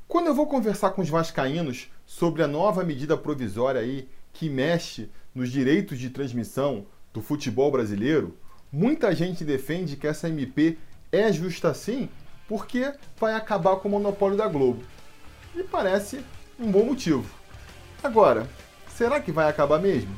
Quando eu vou conversar com os vascaínos sobre a nova medida provisória aí que mexe nos direitos de transmissão do futebol brasileiro, muita gente defende que essa MP é justa sim porque vai acabar com o monopólio da Globo. E parece um bom motivo. Agora, será que vai acabar mesmo?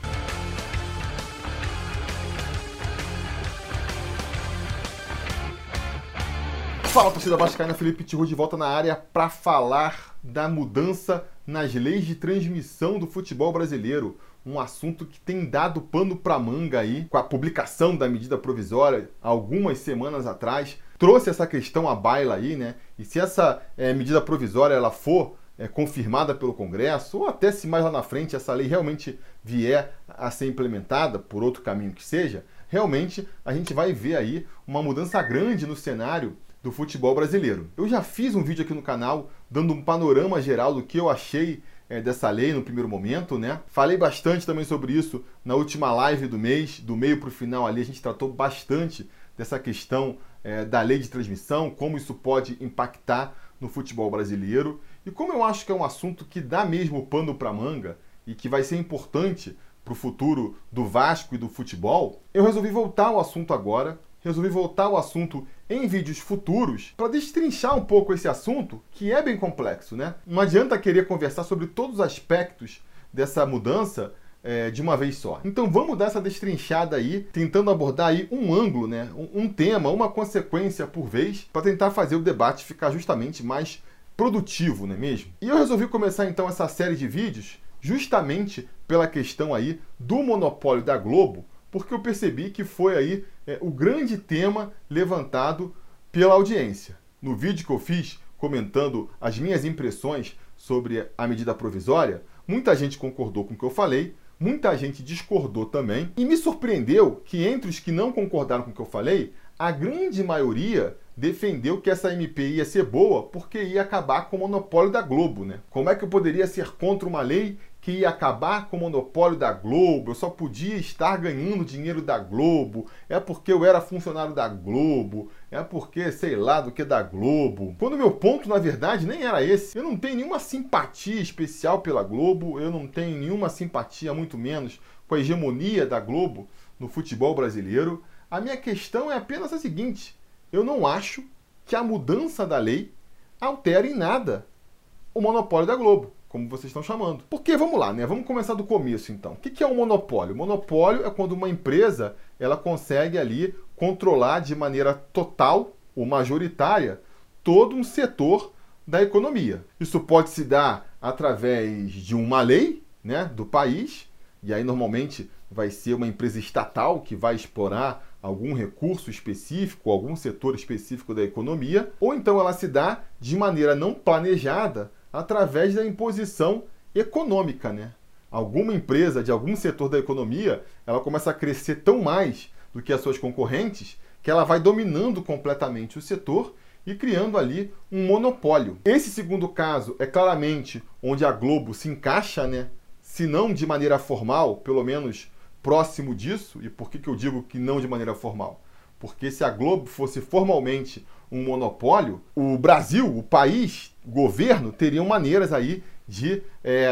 Fala, torcida vascaína, Felipe Tiru de volta na área para falar da mudança nas leis de transmissão do futebol brasileiro. Um assunto que tem dado pano para manga aí, com a publicação da medida provisória algumas semanas atrás. Trouxe essa questão à baila aí, né? E se essa medida provisória ela for confirmada pelo Congresso, ou até se mais lá na frente essa lei realmente vier a ser implementada, por outro caminho que seja, realmente a gente vai ver aí uma mudança grande no cenário do futebol brasileiro. Eu já fiz um vídeo aqui no canal dando um panorama geral do que eu achei dessa lei no primeiro momento, né? Falei bastante também sobre isso na última live do mês, do meio para o final ali, a gente tratou bastante dessa questão da lei de transmissão, como isso pode impactar no futebol brasileiro. E como eu acho que é um assunto que dá mesmo pano para manga e que vai ser importante para o futuro do Vasco e do futebol, eu resolvi voltar ao assunto agora. Resolvi voltar ao assunto em vídeos futuros para destrinchar um pouco esse assunto, que é bem complexo, né? Não adianta querer conversar sobre todos os aspectos dessa mudança de uma vez só. Então vamos dar essa destrinchada aí, tentando abordar aí um ângulo, né? Um tema, uma consequência por vez, para tentar fazer o debate ficar justamente mais produtivo, não é mesmo? E eu resolvi começar então essa série de vídeos justamente pela questão aí do monopólio da Globo, porque eu percebi que foi aí o grande tema levantado pela audiência. No vídeo que eu fiz comentando as minhas impressões sobre a medida provisória, muita gente concordou com o que eu falei, muita gente discordou também, e me surpreendeu que entre os que não concordaram com o que eu falei, a grande maioria defendeu que essa MP ia ser boa porque ia acabar com o monopólio da Globo, né? Como é que eu poderia ser contra uma lei que ia acabar com o monopólio da Globo? Eu só podia estar ganhando dinheiro da Globo, é porque eu era funcionário da Globo, é porque sei lá do que da Globo. Quando o meu ponto, na verdade, nem era esse. Eu não tenho nenhuma simpatia especial pela Globo, eu não tenho nenhuma simpatia, muito menos, com a hegemonia da Globo no futebol brasileiro. A minha questão é apenas a seguinte: eu não acho que a mudança da lei altere em nada o monopólio da Globo, como vocês estão chamando. Porque, vamos lá, né? Vamos começar do começo, então. O que é um monopólio? Monopólio é quando uma empresa ela consegue ali controlar de maneira total ou majoritária todo um setor da economia. Isso pode se dar através de uma lei, né, do país, e aí normalmente vai ser uma empresa estatal que vai explorar algum recurso específico, algum setor específico da economia, ou então ela se dá de maneira não planejada através da imposição econômica, né? Alguma empresa de algum setor da economia, ela começa a crescer tão mais do que as suas concorrentes, que ela vai dominando completamente o setor e criando ali um monopólio. Esse segundo caso é claramente onde a Globo se encaixa, né? Se não de maneira formal, pelo menos próximo disso. E por que eu digo que não de maneira formal? Porque se a Globo fosse formalmente um monopólio, o Brasil, o país, o governo, teriam maneiras aí de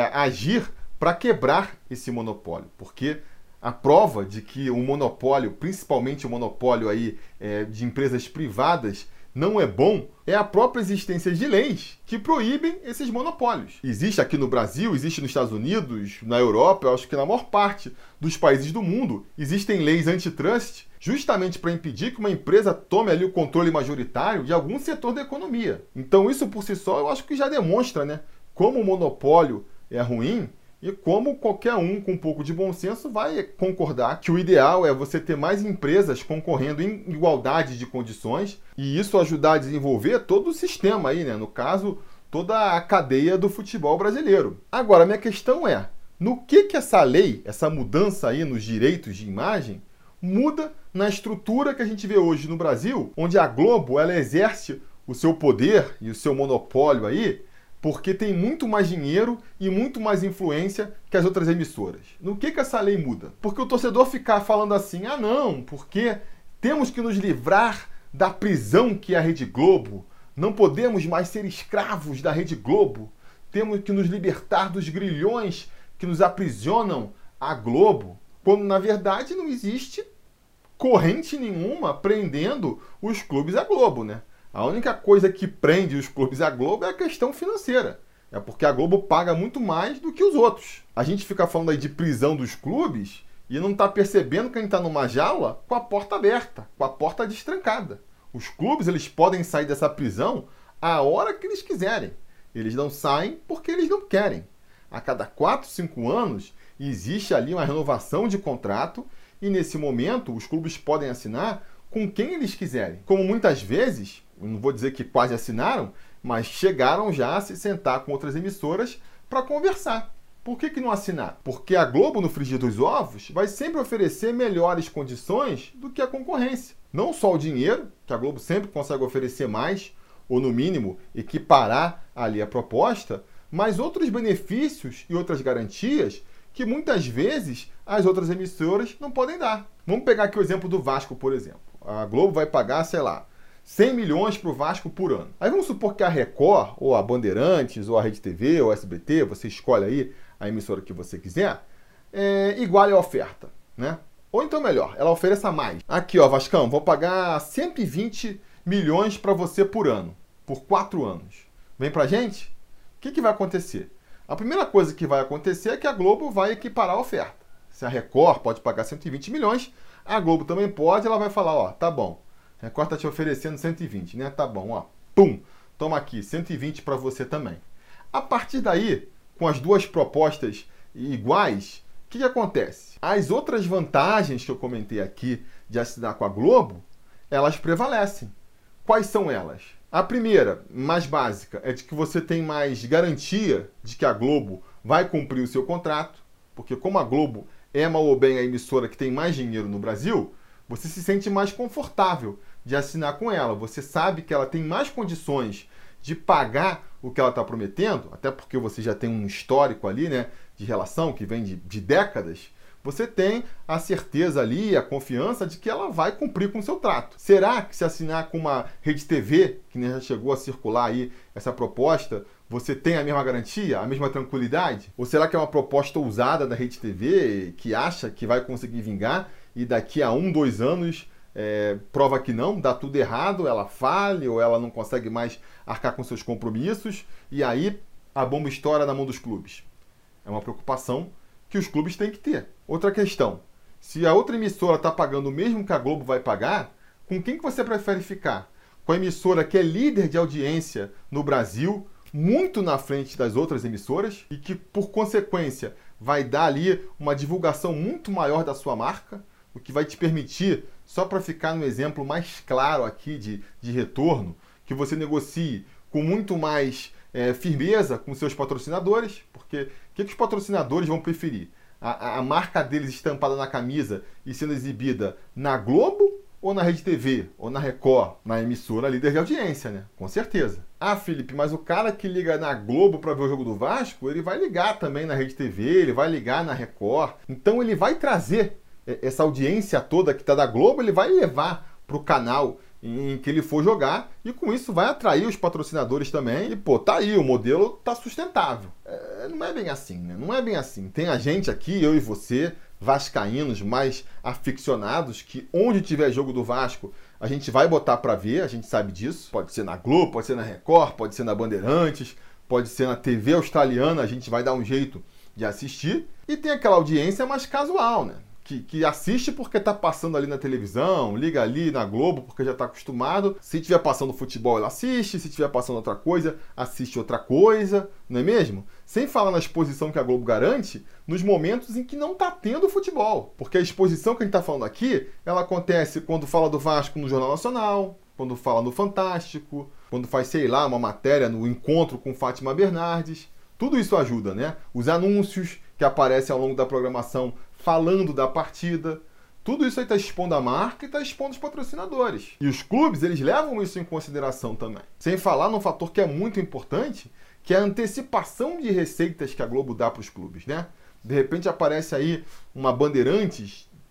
agir para quebrar esse monopólio. Porque a prova de que o monopólio, principalmente o monopólio aí, de empresas privadas, não é bom, é a própria existência de leis que proíbem esses monopólios. Existe aqui no Brasil, existe nos Estados Unidos, na Europa, eu acho que na maior parte dos países do mundo, existem leis antitrust justamente para impedir que uma empresa tome ali o controle majoritário de algum setor da economia. Então isso por si só eu acho que já demonstra, né, como o monopólio é ruim e como qualquer um com um pouco de bom senso vai concordar que o ideal é você ter mais empresas concorrendo em igualdade de condições e isso ajudar a desenvolver todo o sistema aí, né? No caso, toda a cadeia do futebol brasileiro. Agora, a minha questão é, no que essa lei, essa mudança aí nos direitos de imagem, muda na estrutura que a gente vê hoje no Brasil, onde a Globo ela exerce o seu poder e o seu monopólio aí, porque tem muito mais dinheiro e muito mais influência que as outras emissoras. No que essa lei muda? Porque o torcedor ficar falando assim, ah não, porque temos que nos livrar da prisão que é a Rede Globo, Não podemos mais ser escravos da Rede Globo. Temos que nos libertar dos grilhões que nos aprisionam à Globo, quando na verdade não existe corrente nenhuma prendendo os clubes à Globo, né? A única coisa que prende os clubes à Globo é a questão financeira. É porque a Globo paga muito mais do que os outros. A gente fica falando aí de prisão dos clubes e não está percebendo que a gente está numa jaula com a porta aberta, com a porta destrancada. Os clubes eles podem sair dessa prisão a hora que eles quiserem. Eles não saem porque eles não querem. A cada 4, 5 anos existe ali uma renovação de contrato e nesse momento os clubes podem assinar com quem eles quiserem. Como muitas vezes, não vou dizer que quase assinaram, mas chegaram já a se sentar com outras emissoras para conversar. Por que não assinar? Porque a Globo, no frigir dos ovos, vai sempre oferecer melhores condições do que a concorrência. Não só o dinheiro, que a Globo sempre consegue oferecer mais, ou no mínimo equiparar ali a proposta, mas outros benefícios e outras garantias que muitas vezes as outras emissoras não podem dar. Vamos pegar aqui o exemplo do Vasco, por exemplo. A Globo vai pagar, sei lá, 100 milhões para o Vasco por ano. Aí vamos supor que a Record, ou a Bandeirantes, ou a Rede TV, ou a SBT, você escolhe aí a emissora que você quiser, iguale a oferta, né? Ou então melhor, ela ofereça mais. Aqui, ó, Vascão, vou pagar 120 milhões para você por ano, por 4 anos. Vem pra gente? O que vai acontecer? A primeira coisa que vai acontecer é que a Globo vai equiparar a oferta. Se a Record pode pagar 120 milhões, a Globo também pode, ela vai falar, ó, tá bom, a Record tá te oferecendo 120, né? Tá bom, ó, pum, toma aqui, 120 para você também. A partir daí, com as duas propostas iguais, o que acontece? As outras vantagens que eu comentei aqui de assinar com a Globo, elas prevalecem. Quais são elas? A primeira, mais básica, é de que você tem mais garantia de que a Globo vai cumprir o seu contrato, porque como a Globo é mal ou bem a emissora que tem mais dinheiro no Brasil, você se sente mais confortável de assinar com ela. Você sabe que ela tem mais condições de pagar o que ela está prometendo, até porque você já tem um histórico ali, né, de relação que vem de décadas. Você tem a certeza ali, a confiança de que ela vai cumprir com o seu trato. Será que se assinar com uma Rede TV, que já chegou a circular aí essa proposta, você tem a mesma garantia, a mesma tranquilidade? Ou será que é uma proposta ousada da Rede TV, que acha que vai conseguir vingar e daqui a 1, 2 anos prova que não, dá tudo errado, ela falha ou ela não consegue mais arcar com seus compromissos e aí a bomba estoura na mão dos clubes? É uma preocupação que os clubes têm que ter. Outra questão, se a outra emissora está pagando o mesmo que a Globo vai pagar, com quem que você prefere ficar? Com a emissora que é líder de audiência no Brasil, muito na frente das outras emissoras, e que, por consequência, vai dar ali uma divulgação muito maior da sua marca, o que vai te permitir, só para ficar no exemplo mais claro aqui de retorno, que você negocie com muito mais firmeza com seus patrocinadores, porque o que os patrocinadores vão preferir? A marca deles estampada na camisa e sendo exibida na Globo ou na Rede TV, ou na Record, na emissora líder de audiência, né? Com certeza. Ah, Felipe, mas o cara que liga na Globo para ver o jogo do Vasco, ele vai ligar também na Rede TV, ele vai ligar na Record. Então ele vai trazer essa audiência toda que está da Globo, ele vai levar para o canal em que ele for jogar e com isso vai atrair os patrocinadores também e pô, tá aí, o modelo tá sustentável. Não é bem assim, né? Não é bem assim. Tem a gente aqui, eu e você, vascaínos mais aficionados, que onde tiver jogo do Vasco a gente vai botar para ver, a gente sabe disso. Pode ser na Globo, pode ser na Record, pode ser na Bandeirantes, pode ser na TV australiana, a gente vai dar um jeito de assistir. E tem aquela audiência mais casual, né? Que assiste porque tá passando ali na televisão, liga ali na Globo porque já tá acostumado. Se tiver passando futebol, ela assiste. Se tiver passando outra coisa, assiste outra coisa, não é mesmo? Sem falar na exposição que a Globo garante nos momentos em que não tá tendo futebol. Porque a exposição que a gente tá falando aqui, ela acontece quando fala do Vasco no Jornal Nacional, quando fala no Fantástico, quando faz, sei lá, uma matéria no Encontro com Fátima Bernardes. Tudo isso ajuda, né? Os anúncios que aparecem ao longo da programação falando da partida. Tudo isso aí está expondo a marca e está expondo os patrocinadores. E os clubes, eles levam isso em consideração também. Sem falar num fator que é muito importante, que é a antecipação de receitas que a Globo dá para os clubes, né? De repente aparece aí uma Bandeirantes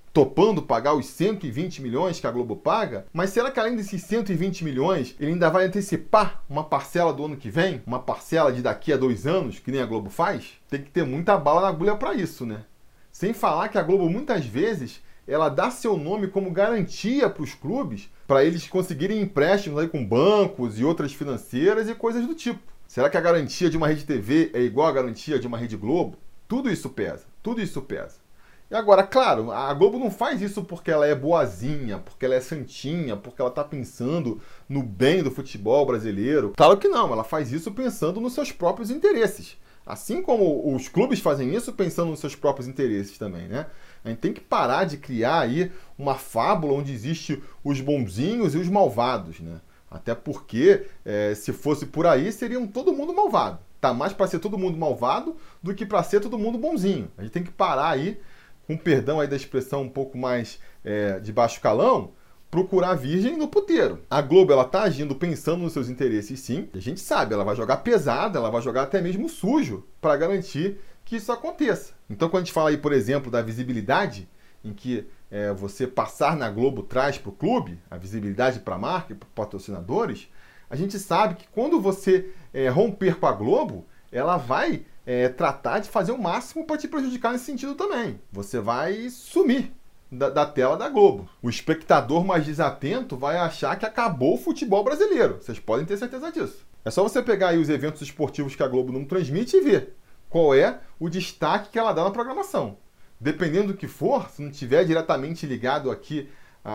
topando pagar os 120 milhões que a Globo paga, mas será que além desses 120 milhões, ele ainda vai antecipar uma parcela do ano que vem? Uma parcela de daqui a 2 anos, que nem a Globo faz? Tem que ter muita bala na agulha para isso, né? Sem falar que a Globo, muitas vezes, ela dá seu nome como garantia para os clubes, para eles conseguirem empréstimos aí com bancos e outras financeiras e coisas do tipo. Será que a garantia de uma rede TV é igual à garantia de uma rede Globo? Tudo isso pesa, tudo isso pesa. E agora, claro, a Globo não faz isso porque ela é boazinha, porque ela é santinha, porque ela está pensando no bem do futebol brasileiro. Claro que não, ela faz isso pensando nos seus próprios interesses. Assim como os clubes fazem isso pensando nos seus próprios interesses também, né? A gente tem que parar de criar aí uma fábula onde existe os bonzinhos e os malvados, né? Até porque, se fosse por aí, seriam todo mundo malvado. Tá mais para ser todo mundo malvado do que para ser todo mundo bonzinho. A gente tem que parar aí, com perdão aí da expressão um pouco mais de baixo calão, procurar virgem no puteiro. A Globo, ela tá agindo pensando nos seus interesses, sim. A gente sabe, ela vai jogar pesada, ela vai jogar até mesmo sujo para garantir que isso aconteça. Então, quando a gente fala aí, por exemplo, da visibilidade, em que você passar na Globo traz para o clube, a visibilidade para a marca e para patrocinadores, a gente sabe que quando você romper com a Globo, ela vai tratar de fazer o máximo para te prejudicar nesse sentido também. Você vai sumir da tela da Globo. O espectador mais desatento vai achar que acabou o futebol brasileiro. Vocês podem ter certeza disso. É só você pegar aí os eventos esportivos que a Globo não transmite e ver qual é o destaque que ela dá na programação. Dependendo do que for, se não estiver diretamente ligado aqui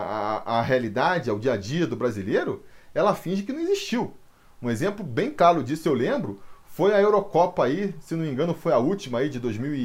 à realidade, ao dia a dia do brasileiro, ela finge que não existiu. Um exemplo bem claro disso, eu lembro, foi a Eurocopa aí, se não me engano foi a última aí de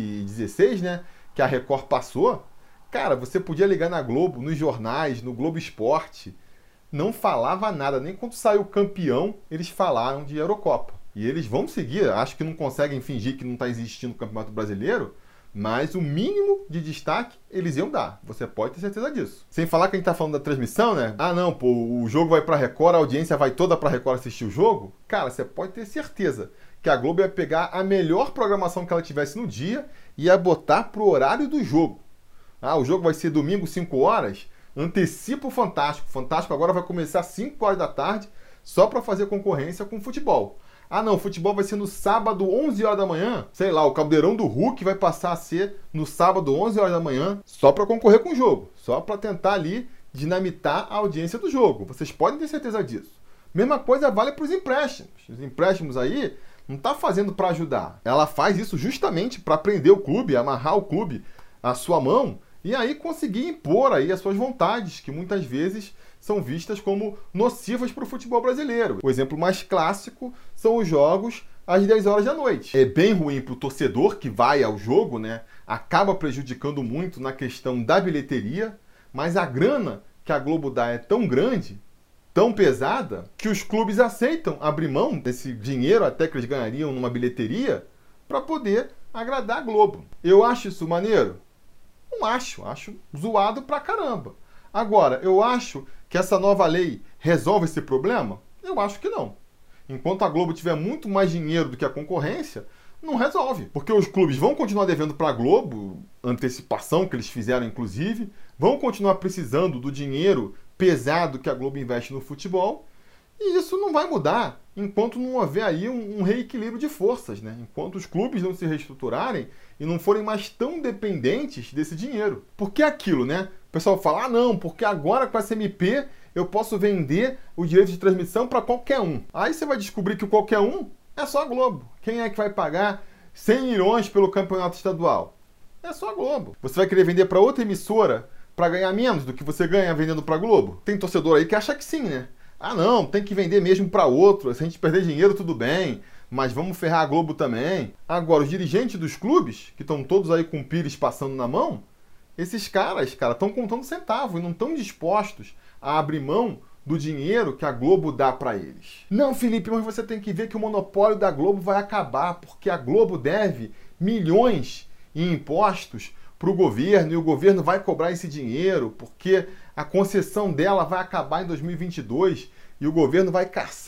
2016, né? Que a Record passou. Cara, você podia ligar na Globo, nos jornais, no Globo Esporte, não falava nada, nem quando saiu campeão eles falaram de Eurocopa. E eles vão seguir, acho que não conseguem fingir que não está existindo o Campeonato Brasileiro, mas o mínimo de destaque eles iam dar. Você pode ter certeza disso. Sem falar que a gente tá falando da transmissão, né? Ah, não, pô, o jogo vai pra Record, a audiência vai toda pra Record assistir o jogo. Cara, você pode ter certeza que a Globo ia pegar a melhor programação que ela tivesse no dia e ia botar pro horário do jogo. Ah, o jogo vai ser domingo, 5 horas. Antecipa o Fantástico. O Fantástico agora vai começar às 5 horas da tarde só para fazer concorrência com o futebol. Ah, não, o futebol vai ser no sábado, 11 horas da manhã. Sei lá, o Caldeirão do Hulk vai passar a ser no sábado, 11 horas da manhã, só para concorrer com o jogo. Só para tentar ali dinamitar a audiência do jogo. Vocês podem ter certeza disso. Mesma coisa vale para os empréstimos. Os empréstimos aí não está fazendo para ajudar. Ela faz isso justamente para prender o clube, amarrar o clube à sua mão e aí conseguir impor aí as suas vontades, que muitas vezes são vistas como nocivas para o futebol brasileiro. O exemplo mais clássico são os jogos às 10 horas da noite. É bem ruim para o torcedor que vai ao jogo, né? Acaba prejudicando muito na questão da bilheteria, mas a grana que a Globo dá é tão grande, tão pesada, que os clubes aceitam abrir mão desse dinheiro até que eles ganhariam numa bilheteria para poder agradar a Globo. Eu acho isso maneiro? Não acho. Acho zoado pra caramba. Agora, eu acho que essa nova lei resolve esse problema? Eu acho que não. Enquanto a Globo tiver muito mais dinheiro do que a concorrência, não resolve. Porque os clubes vão continuar devendo para a Globo, antecipação que eles fizeram inclusive, vão continuar precisando do dinheiro pesado que a Globo investe no futebol, e isso não vai mudar enquanto não houver aí um reequilíbrio de forças, né? Enquanto os clubes não se reestruturarem e não forem mais tão dependentes desse dinheiro. Porque é aquilo, né? O pessoal fala, ah não, porque agora com a SMP eu posso vender o direito de transmissão para qualquer um. Aí você vai descobrir que o qualquer um é só a Globo. Quem é que vai pagar 100 milhões pelo campeonato estadual? É só a Globo. Você vai querer vender para outra emissora para ganhar menos do que você ganha vendendo para a Globo? Tem torcedor aí que acha que sim, né? Ah não, tem que vender mesmo para outro. Se a gente perder dinheiro, tudo bem. Mas vamos ferrar a Globo também. Agora, os dirigentes dos clubes, que estão todos aí com o pires passando na mão, esses caras, estão contando centavo e não estão dispostos a abrir mão do dinheiro que a Globo dá para eles. Não, Felipe, mas você tem que ver que o monopólio da Globo vai acabar, porque a Globo deve milhões em impostos para o governo e o governo vai cobrar esse dinheiro, porque a concessão dela vai acabar em 2022 e o governo vai caçar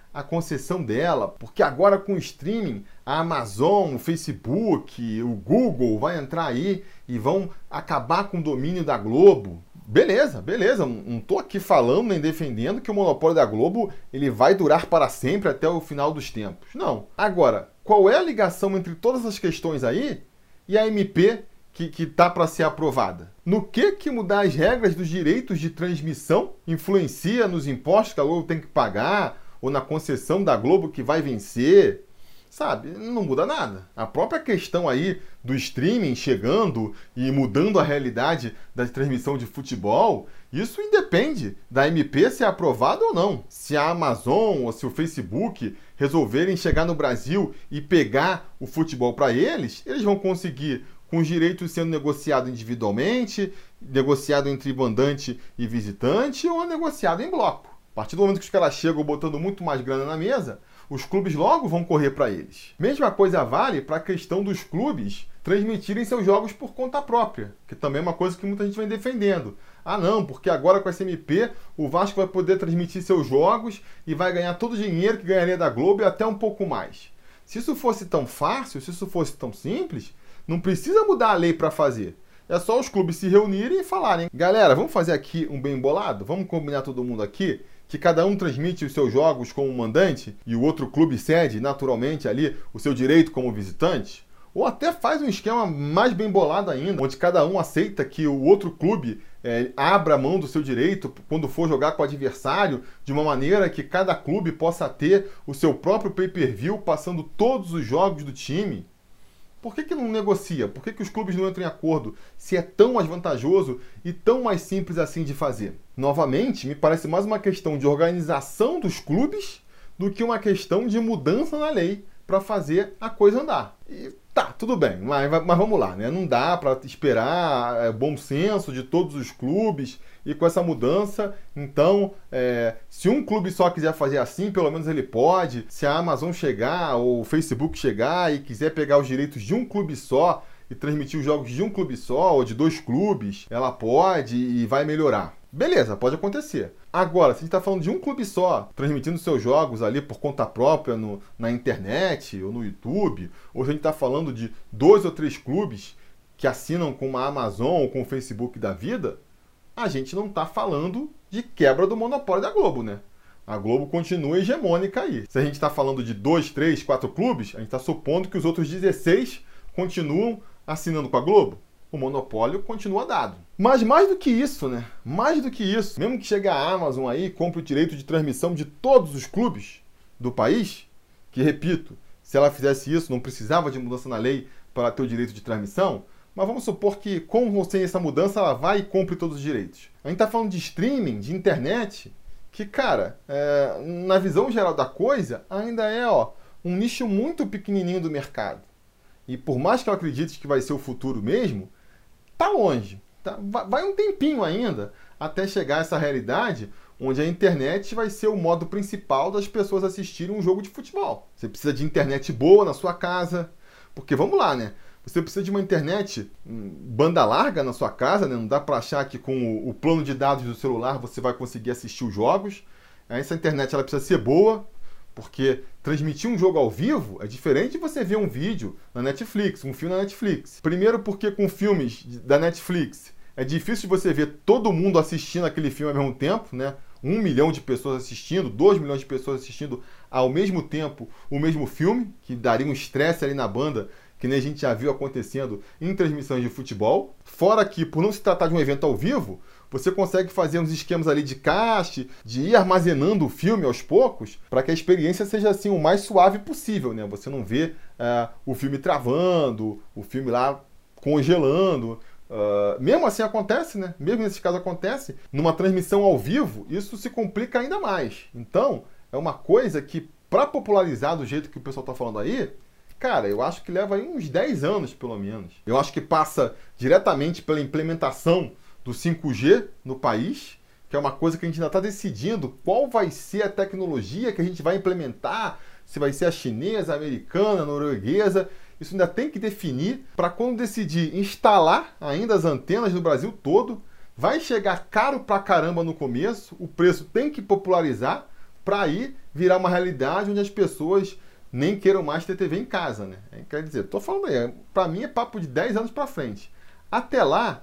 a concessão dela, porque agora com o streaming, a Amazon, o Facebook, o Google vai entrar aí e vão acabar com o domínio da Globo. Beleza, não estou aqui falando nem defendendo que o monopólio da Globo ele vai durar para sempre até o final dos tempos. Não. Agora, qual é a ligação entre todas as questões aí e a MP que está para ser aprovada? No que mudar as regras dos direitos de transmissão influencia nos impostos que a Globo tem que pagar ou na concessão da Globo que vai vencer? Sabe, não muda nada. A própria questão aí do streaming chegando e mudando a realidade da transmissão de futebol, isso independe da MP ser aprovada ou não. Se a Amazon ou se o Facebook resolverem chegar no Brasil e pegar o futebol para eles, eles vão conseguir com os direitos sendo negociados individualmente, negociado entre mandante e visitante ou negociado em bloco. A partir do momento que os caras chegam botando muito mais grana na mesa, os clubes logo vão correr para eles. Mesma coisa vale para a questão dos clubes transmitirem seus jogos por conta própria, que também é uma coisa que muita gente vem defendendo. Ah não, porque agora com a SMP o Vasco vai poder transmitir seus jogos e vai ganhar todo o dinheiro que ganharia da Globo e até um pouco mais. Se isso fosse tão fácil, se isso fosse tão simples, não precisa mudar a lei para fazer. É só os clubes se reunirem e falarem: galera, vamos fazer aqui um bem bolado? Vamos combinar todo mundo aqui? Que cada um transmite os seus jogos como mandante e o outro clube cede naturalmente ali o seu direito como visitante? Ou até faz um esquema mais bem bolado ainda, onde cada um aceita que o outro clube abra mão do seu direito quando for jogar com o adversário, de uma maneira que cada clube possa ter o seu próprio pay-per-view passando todos os jogos do time. Por que não negocia? Por que os clubes não entram em acordo se é tão mais vantajoso e tão mais simples assim de fazer? Novamente, me parece mais uma questão de organização dos clubes do que uma questão de mudança na lei para fazer a coisa andar. E tá, tudo bem, mas vamos lá, né? Não dá para esperar bom senso de todos os clubes e com essa mudança, então, se um clube só quiser fazer assim, pelo menos ele pode. Se a Amazon chegar ou o Facebook chegar e quiser pegar os direitos de um clube só e transmitir os jogos de um clube só ou de dois clubes, ela pode e vai melhorar. Beleza, pode acontecer. Agora, se a gente está falando de um clube só, transmitindo seus jogos ali por conta própria na internet ou no YouTube, ou se a gente está falando de 2 ou 3 clubes que assinam com uma Amazon ou com o Facebook da vida, a gente não está falando de quebra do monopólio da Globo, né? A Globo continua hegemônica aí. Se a gente está falando de 2, 3, 4 clubes, a gente está supondo que os outros 16 continuam assinando com a Globo. O monopólio continua dado. Mas mais do que isso, né? Mais do que isso, mesmo que chegue a Amazon aí e compre o direito de transmissão de todos os clubes do país, que, repito, se ela fizesse isso, não precisava de mudança na lei para ter o direito de transmissão, mas vamos supor que, com ou sem essa mudança, ela vai e compre todos os direitos. A gente está falando de streaming, de internet, que, cara, na visão geral da coisa, ainda é um nicho muito pequenininho do mercado. E por mais que eu acredite que vai ser o futuro mesmo, tá longe. Tá? Vai um tempinho ainda até chegar essa realidade onde a internet vai ser o modo principal das pessoas assistirem um jogo de futebol. Você precisa de internet boa na sua casa, porque vamos lá, né? Você precisa de uma internet banda larga na sua casa, né? Não dá para achar que com o plano de dados do celular você vai conseguir assistir os jogos. Essa internet ela precisa ser boa, porque transmitir um jogo ao vivo é diferente de você ver um vídeo na Netflix, um filme na Netflix. Primeiro porque com filmes da Netflix é difícil de você ver todo mundo assistindo aquele filme ao mesmo tempo, né? 1 milhão de pessoas assistindo, 2 milhões de pessoas assistindo ao mesmo tempo o mesmo filme, que daria um estresse ali na banda, que nem a gente já viu acontecendo em transmissões de futebol. Fora que, por não se tratar de um evento ao vivo, você consegue fazer uns esquemas ali de cast, de ir armazenando o filme aos poucos, para que a experiência seja assim o mais suave possível, né? Você não vê o filme travando, o filme lá congelando. Mesmo assim acontece, né? Mesmo nesse caso acontece, numa transmissão ao vivo, isso se complica ainda mais. Então, é uma coisa que, para popularizar do jeito que o pessoal está falando aí, cara, eu acho que leva aí uns 10 anos, pelo menos. Eu acho que passa diretamente pela implementação do 5G no país, que é uma coisa que a gente ainda está decidindo qual vai ser a tecnologia que a gente vai implementar, se vai ser a chinesa, a americana, a norueguesa. Isso ainda tem que definir para quando decidir instalar ainda as antenas no Brasil todo. Vai chegar caro pra caramba no começo, o preço tem que popularizar para aí virar uma realidade onde as pessoas nem queiram mais ter TV em casa, né? Quer dizer, tô falando aí, para mim é papo de 10 anos para frente. Até lá,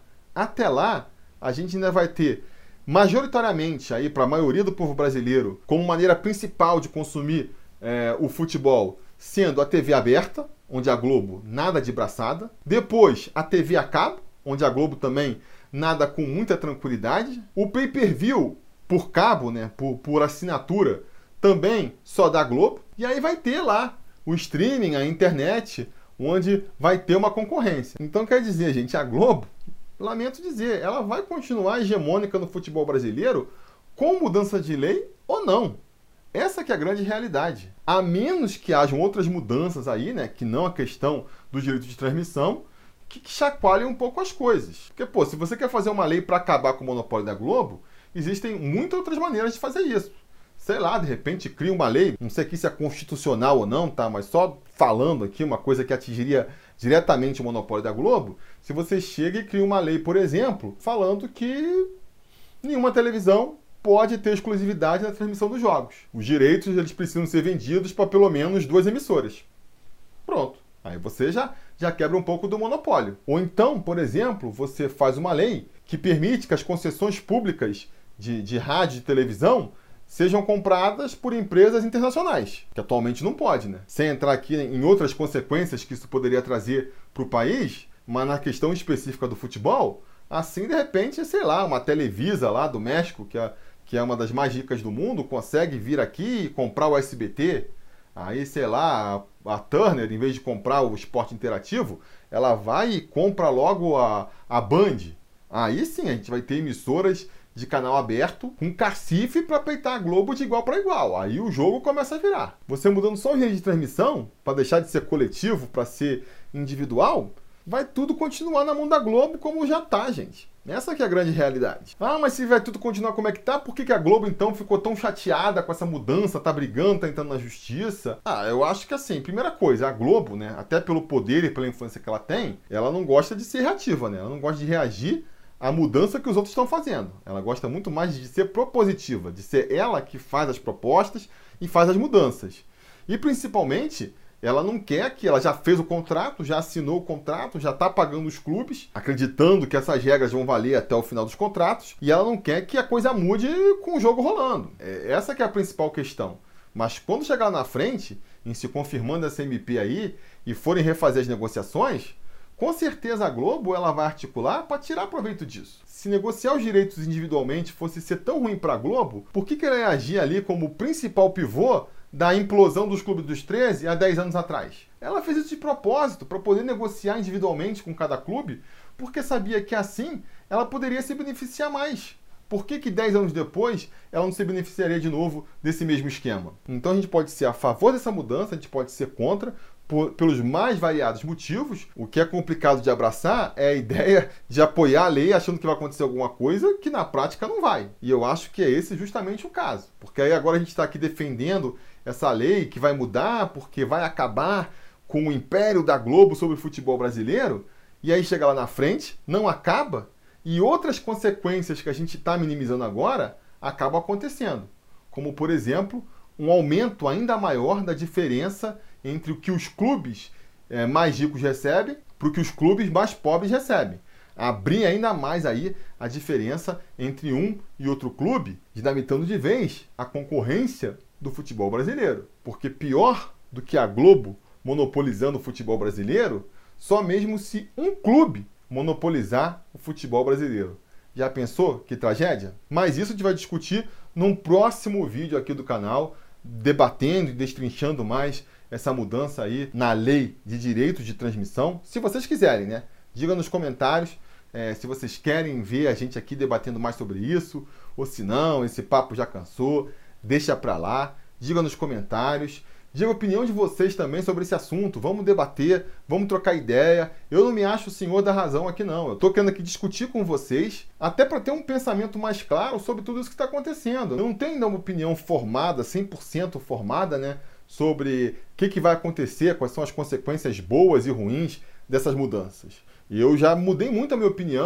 a gente ainda vai ter majoritariamente aí para a maioria do povo brasileiro como maneira principal de consumir o futebol sendo a TV aberta, onde a Globo nada de braçada. Depois a TV a cabo, onde a Globo também nada com muita tranquilidade. O pay-per-view por cabo, né, por assinatura, também só da Globo. E aí vai ter lá o streaming, a internet, onde vai ter uma concorrência. Então quer dizer, gente, a Globo, lamento dizer, ela vai continuar hegemônica no futebol brasileiro com mudança de lei ou não. Essa que é a grande realidade. A menos que hajam outras mudanças aí, né, que não a questão do direito de transmissão, que chacoalhem um pouco as coisas. Porque, pô, se você quer fazer uma lei para acabar com o monopólio da Globo, existem muitas outras maneiras de fazer isso. Sei lá, de repente cria uma lei, não sei aqui se é constitucional ou não, tá? Mas só falando aqui uma coisa que atingiria diretamente o monopólio da Globo, se você chega e cria uma lei, por exemplo, falando que nenhuma televisão pode ter exclusividade na transmissão dos jogos. Os direitos eles precisam ser vendidos para pelo menos 2 emissoras. Pronto. Aí você já quebra um pouco do monopólio. Ou então, por exemplo, você faz uma lei que permite que as concessões públicas de rádio e televisão sejam compradas por empresas internacionais, que atualmente não pode, né? Sem entrar aqui em outras consequências que isso poderia trazer para o país, mas na questão específica do futebol, assim, de repente, sei lá, uma Televisa lá do México, que é uma das mais ricas do mundo, consegue vir aqui e comprar o SBT. Aí, sei lá, a Turner, em vez de comprar o esporte interativo, ela vai e compra logo a Band. Aí sim, a gente vai ter emissoras de canal aberto com cacife para peitar a Globo de igual para igual. Aí o jogo começa a virar. Você mudando só o jeito de transmissão, para deixar de ser coletivo, para ser individual, vai tudo continuar na mão da Globo como já tá, gente. Essa que é a grande realidade. Ah, mas se vai tudo continuar como é que tá, por que a Globo então ficou tão chateada com essa mudança, tá brigando, tá entrando na justiça? Ah, eu acho que assim, primeira coisa, a Globo, né, até pelo poder e pela influência que ela tem, ela não gosta de ser reativa, né? Ela não gosta de reagir à mudança que os outros estão fazendo. Ela gosta muito mais de ser propositiva, de ser ela que faz as propostas e faz as mudanças. E principalmente, ela não quer que ela já fez o contrato, já assinou o contrato, já está pagando os clubes, acreditando que essas regras vão valer até o final dos contratos, e ela não quer que a coisa mude com o jogo rolando. Essa que é a principal questão. Mas quando chegar na frente, em se confirmando essa MP aí, e forem refazer as negociações, com certeza a Globo ela vai articular para tirar proveito disso. Se negociar os direitos individualmente fosse ser tão ruim para a Globo, por que ela ia agir ali como principal pivô da implosão dos clubes dos 13 há 10 anos atrás? Ela fez isso de propósito, para poder negociar individualmente com cada clube, porque sabia que assim ela poderia se beneficiar mais. Por que 10 anos depois ela não se beneficiaria de novo desse mesmo esquema? Então a gente pode ser a favor dessa mudança, a gente pode ser contra, pelos mais variados motivos. O que é complicado de abraçar é a ideia de apoiar a lei achando que vai acontecer alguma coisa que na prática não vai. E eu acho que é esse justamente o caso. Porque aí agora a gente está aqui defendendo essa lei que vai mudar, porque vai acabar com o império da Globo sobre o futebol brasileiro, e aí chega lá na frente, não acaba, e outras consequências que a gente está minimizando agora acabam acontecendo. Como, por exemplo, um aumento ainda maior da diferença entre o que os clubes mais ricos recebem para o que os clubes mais pobres recebem. Abrir ainda mais aí a diferença entre um e outro clube, dinamitando de vez a concorrência do futebol brasileiro. Porque pior do que a Globo monopolizando o futebol brasileiro, só mesmo se um clube monopolizar o futebol brasileiro. Já pensou? Que tragédia? Mas isso a gente vai discutir num próximo vídeo aqui do canal, debatendo e destrinchando mais essa mudança aí na lei de direitos de transmissão. Se vocês quiserem, né? Diga nos comentários se vocês querem ver a gente aqui debatendo mais sobre isso, ou se não, esse papo já cansou, deixa pra lá, diga nos comentários. Diga a opinião de vocês também sobre esse assunto. Vamos debater, vamos trocar ideia. Eu não me acho o senhor da razão aqui, não. Eu estou querendo aqui discutir com vocês, até para ter um pensamento mais claro sobre tudo isso que está acontecendo. Eu não tenho ainda uma opinião formada, 100% formada, né, sobre o que vai acontecer, quais são as consequências boas e ruins dessas mudanças. E eu já mudei muito a minha opinião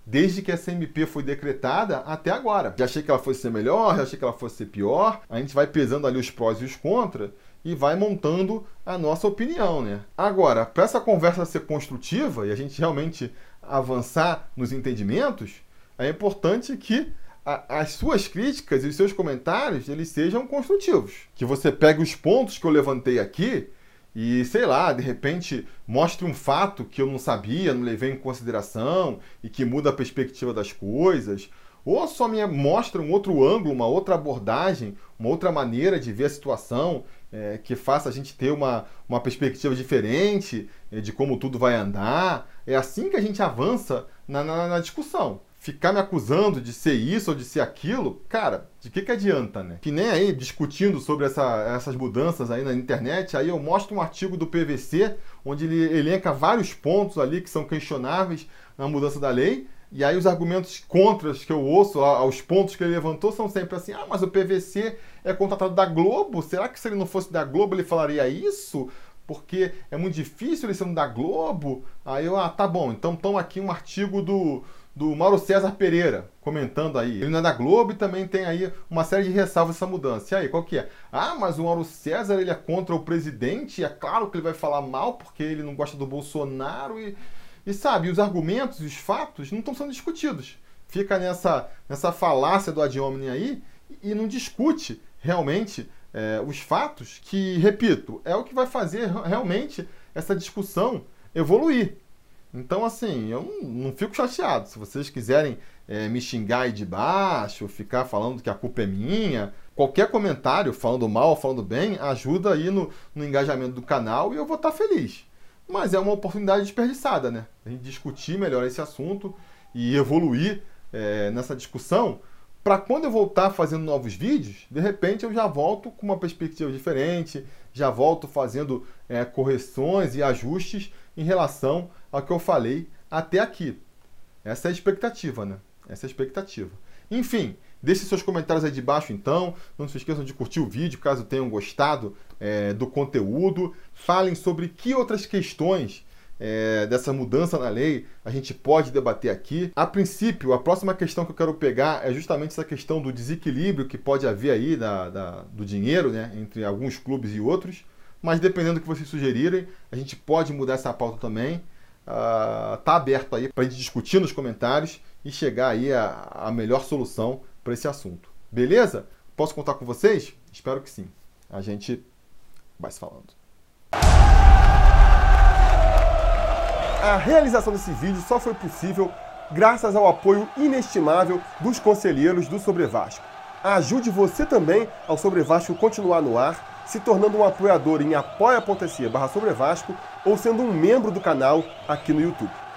desde que essa MP foi decretada até agora. Já achei que ela fosse ser melhor, já achei que ela fosse ser pior. A gente vai pesando ali os prós e os contras e vai montando a nossa opinião, né? Agora, para essa conversa ser construtiva e a gente realmente avançar nos entendimentos, é importante que as suas críticas e os seus comentários, eles sejam construtivos. Que você pegue os pontos que eu levantei aqui e, sei lá, de repente mostre um fato que eu não sabia, não levei em consideração e que muda a perspectiva das coisas. Ou só me mostra um outro ângulo, uma outra abordagem, uma outra maneira de ver a situação, que faça a gente ter uma perspectiva diferente de como tudo vai andar. É assim que a gente avança na discussão. Ficar me acusando de ser isso ou de ser aquilo, cara, de que adianta, né? Que nem aí, discutindo sobre essas mudanças aí na internet, aí eu mostro um artigo do PVC, onde ele elenca vários pontos ali que são questionáveis na mudança da lei, e aí os argumentos contras que eu ouço aos pontos que ele levantou são sempre assim, mas o PVC é contratado da Globo? Será que se ele não fosse da Globo ele falaria isso? Porque é muito difícil ele sendo da Globo? Aí eu, tá bom, então toma aqui um artigo do Mauro César Pereira, comentando aí. Ele não é da Globo e também tem aí uma série de ressalvas essa mudança. E aí, qual que é? Mas o Mauro César, ele é contra o presidente, e é claro que ele vai falar mal porque ele não gosta do Bolsonaro e sabe, os argumentos, os fatos não estão sendo discutidos. Fica nessa falácia do ad hominem aí e não discute realmente os fatos que, repito, é o que vai fazer realmente essa discussão evoluir. Então, assim, eu não fico chateado. Se vocês quiserem me xingar aí de baixo, ficar falando que a culpa é minha, qualquer comentário, falando mal ou falando bem, ajuda aí no engajamento do canal e eu vou estar feliz. Mas é uma oportunidade desperdiçada, né? A gente discutir melhor esse assunto e evoluir nessa discussão, para quando eu voltar fazendo novos vídeos, de repente eu já volto com uma perspectiva diferente, já volto fazendo correções e ajustes em relação ao que eu falei até aqui. Essa é a expectativa, né? Essa é a expectativa. Enfim, deixem seus comentários aí de baixo, então. Não se esqueçam de curtir o vídeo, caso tenham gostado do conteúdo. Falem sobre que outras questões dessa mudança na lei a gente pode debater aqui. A princípio, a próxima questão que eu quero pegar é justamente essa questão do desequilíbrio que pode haver aí do dinheiro, né, entre alguns clubes e outros. Mas dependendo do que vocês sugerirem, a gente pode mudar essa pauta também. Tá aberto aí para a gente discutir nos comentários e chegar aí a melhor solução para esse assunto. Beleza? Posso contar com vocês? Espero que sim. A gente vai se falando. A realização desse vídeo só foi possível graças ao apoio inestimável dos conselheiros do Sobre Vasco. Ajude você também ao Sobre Vasco continuar no ar, se tornando um apoiador em apoia.se/Sobre Vasco ou sendo um membro do canal aqui no YouTube.